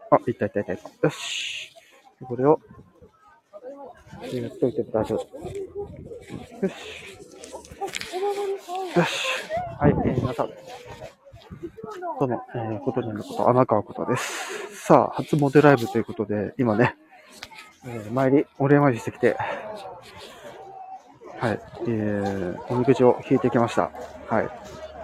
あ、いったいったいったいった。よし。これをやっといても大丈夫。よし。よし。はい、皆さん、どうも、ことにゃんのこと、穴川ことです。さあ、初モデライブということで、今ね、お礼参りしてきて、はい、おみくじを引いてきました。はい。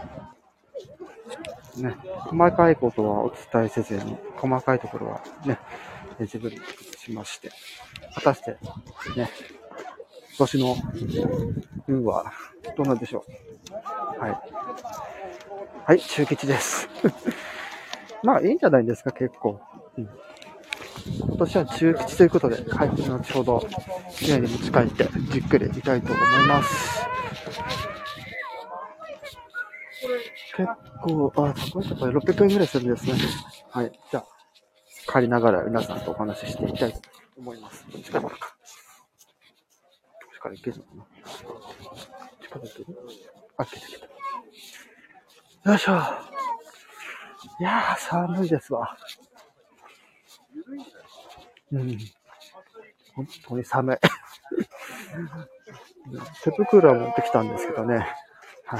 ね、細かいことはお伝えせずに、細かいところはね、自分でしまして、果たして、ね、今年の運はどうなんでしょう。はい。はい、中吉です。まあ、いいんじゃないですか、結構。うん、今年は中吉ということで、はい、後ほど、家に持ち帰って、じっくり見たいと思います。結構、これ600円ぐらいするんですね。はい、じゃあ、借りながら皆さんとお話ししていきたいと思います。近くか。近く行けるのかな。近く行ける？あ、来た来た。よいしょ。いやー、寒いですわ。うん。本当に寒い。手袋は持ってきたんですけどね。はい。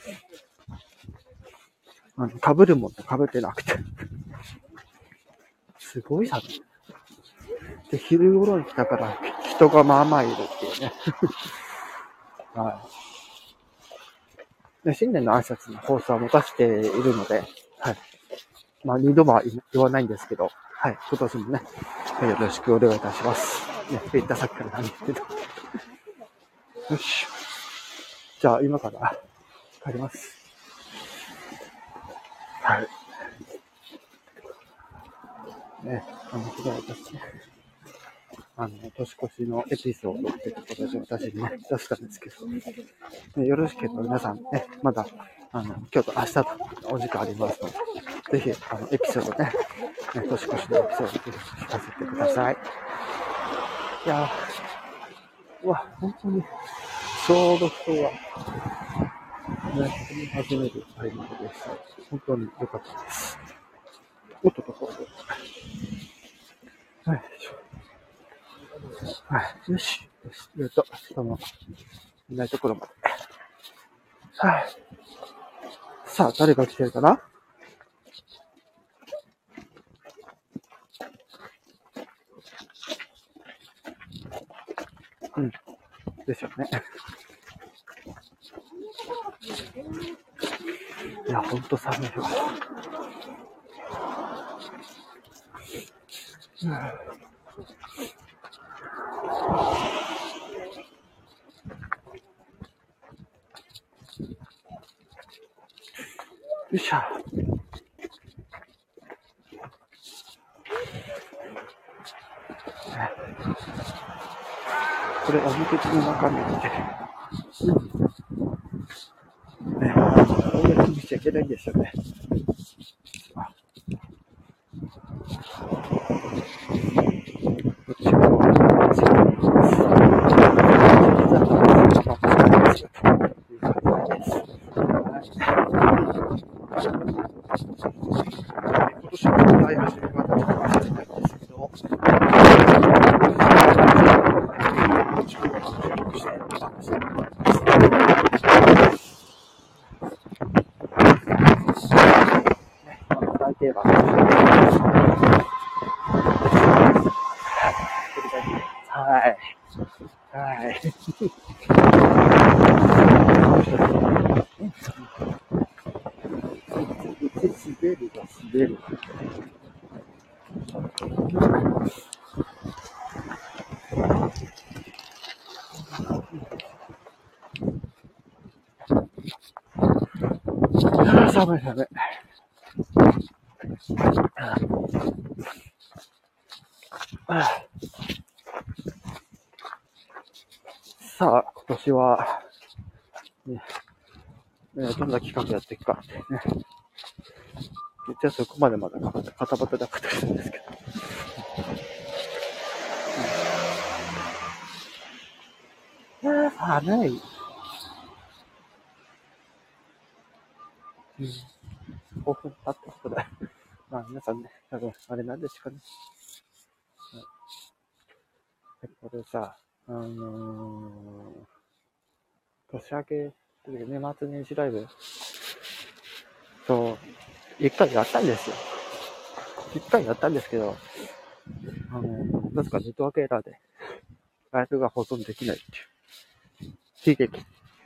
被るもんと被ってなくて。すごい寒い。で、昼頃に来たから人がまあまあいるっていうね。はい。で、新年の挨拶の放送は持たせているので、はい。まあ二度は言わないんですけど、はい。今年もね、よろしくお願いいたします。ね、って言ったさっきからなんですけど。よし。じゃあ今から帰ります。はい。ね、すごい私ね。年越しのエピソードってことで私にね、出したんですけど、ね、よろしければ皆さんね、まだ、今日と明日とお時間ありますので、ぜひ、エピソードね、年越しのエピソード聞かせてください。いやー、うわ、本当に、ちょうど人が、ね、始めるタイミングでした。本当に良かったです。おっとっとっと。はい、はい、よし。人のいないところまで。はい。さあ、誰が来てるかな？うん。でしょうね。いや、ほんと寒いわ。よいしょ。これ、おみくじの中身って、ね、こういうふうにしちゃいけないんですよね。こっち側は、こっち側今年は歌い始めがなかったかもしれないんですけど、大定番。はい。はい。滑るが滑る。寒い寒い。さあ、今年は、ね、どんな企画やっていくかってね。実はそこまでまだ固まってなかったりするんですけど。寒い。5分経ったことない。 まあ皆さんね、多分あれなんですかね。これさ、年明け、年末年始ライブ、そう、一回やったんですよ。一回やったんですけど、なぜかネットワークエラーで、ライブが保存できないっていう、悲劇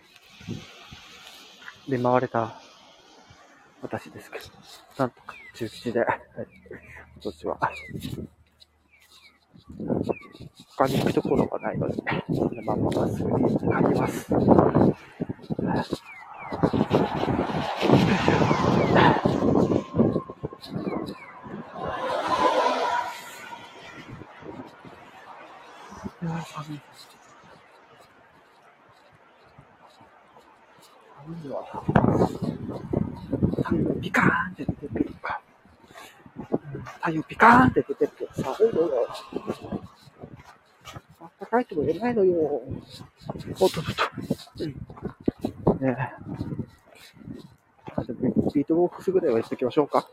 で回れた私ですけど、なんとか中吉で、はい、今年は、他に行くところはないので、そのまままっすぐに帰ります。いやー、寒い。寒いわ。太陽ピカーンって出てるけど、太陽ピカーンって出てるけど、寒いのよ。あったかいとも言えないのよ。おっとっとっと。ねえ。でもビートボックスぐらいはやっておきましょうか。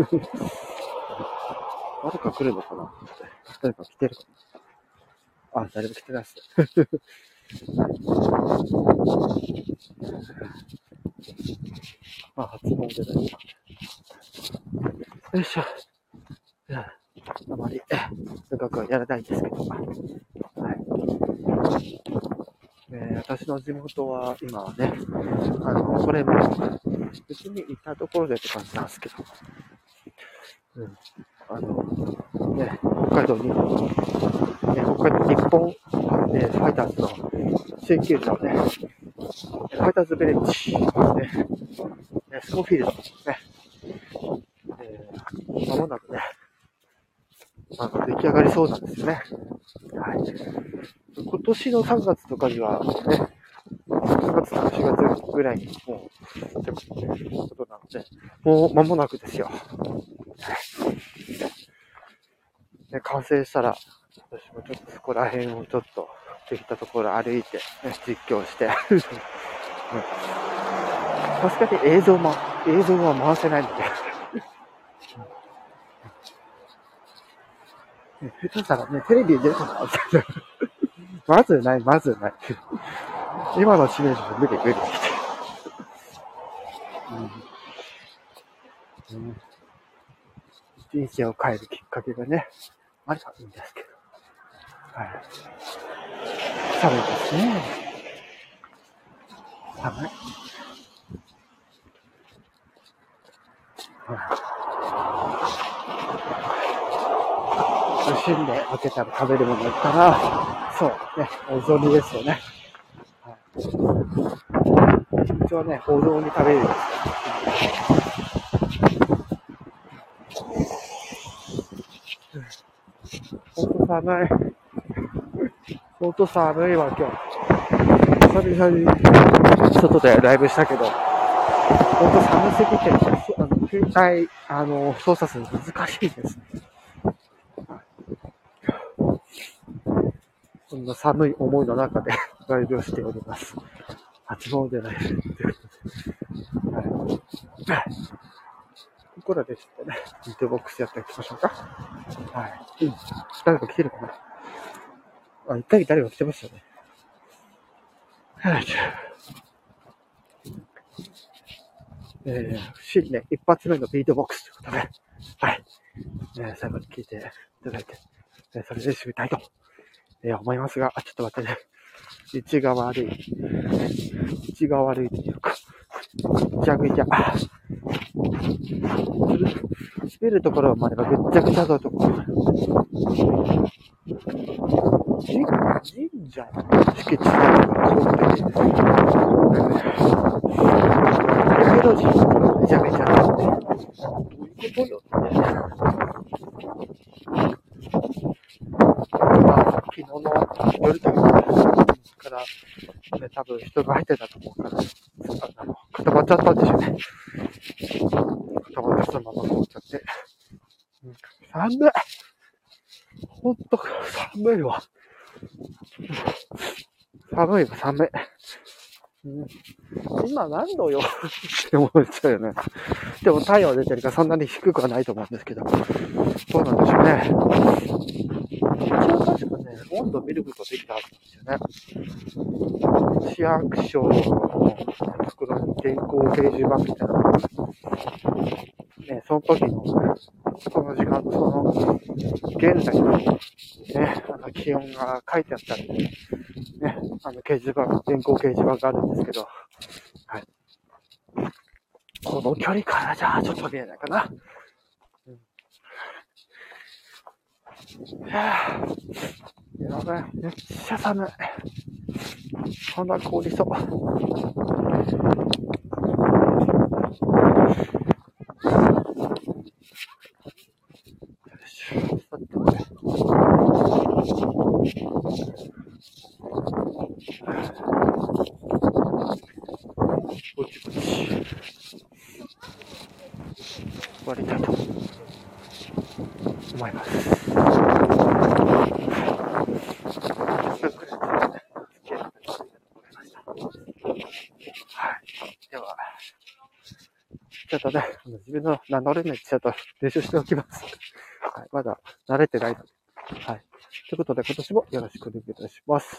誰か来るのかな。誰か来てるかな。あ、誰も来てないっす。まあ、初詣だよ。よいしょ。あまり、長くはやらないんですけど。はい。私の地元は今はね、これも、別に行ったところでって感じなんですけど、北海道に、北海道日本、ファイターズの新球場ね、ファイターズベレッジ、スコフィールドね、間もなくね、出来上がりそうなんですよね。はい。今年の3月とかにはね、3月とか4月ぐらいにもう、ってことなので、もう間もなくですよ。ね、完成したら、私もちょっとそこら辺をちょっとできたところ歩いて、ね、実況して、さすがに映像は回せないので、下手したらね、テレビに出るかなってまずない。今の知名度で無理。人生を変えるきっかけがね、あればいいんですけど。はい。寒いですね。寒い。新年明けたら食べるものだったら、そうね、お雑煮ですよね。はい、一応ね、お雑煮食べるんですほんと寒いわ、今日。久々に外でライブしたけど、ほんと寒すぎて、携帯、操作するの難しいですね。そんな寒い思いの中でライブをしております。初詣ライブということで。はい。ここらでちょっとね、ビートボックスやっていきましょうか。はい。誰か来てるかな。一回誰か来てましたね。はい。新年一発目のビートボックスということで、はい。最後に聞いていただいて、それで締めたいと、思いますが、ちょっと待ってね。位置が悪いというか、ぐちゃぐちゃ。滑るところまではぐっちゃぐちゃだところ。神社の敷地内が凍ってて、メロディーがめちゃめちゃあって、どういうことよって。昨日の夜というから、ね、多分人が入ってたと思うから、固まっちゃったんでしょうね。固まってそのまま凍っちゃって。寒い。ほんと寒いわ。寒い。 今何度よって思っちゃうよね。でも太陽出てるからそんなに低くはないと思うんですけど。どうなんでしょうね。一応確かね、温度見ることできたはずなんですよね。市役所の袋に電光掲示板みたいな。ね、その時の、その時間とその、現在のね、気温が書いてあったんで、ね、掲示板、電光掲示板があるんですけど、はい。この距離からじゃちょっと見えないかな。やばい、めっちゃ寒い。鼻凍りそう。ぼちぼち終わりたいと思います。はい。では、ちょっとね、自分の名乗れないちょっと練習しておきます。はい。まだ慣れてないので。はい。ということで、今年もよろしくお願いいたします。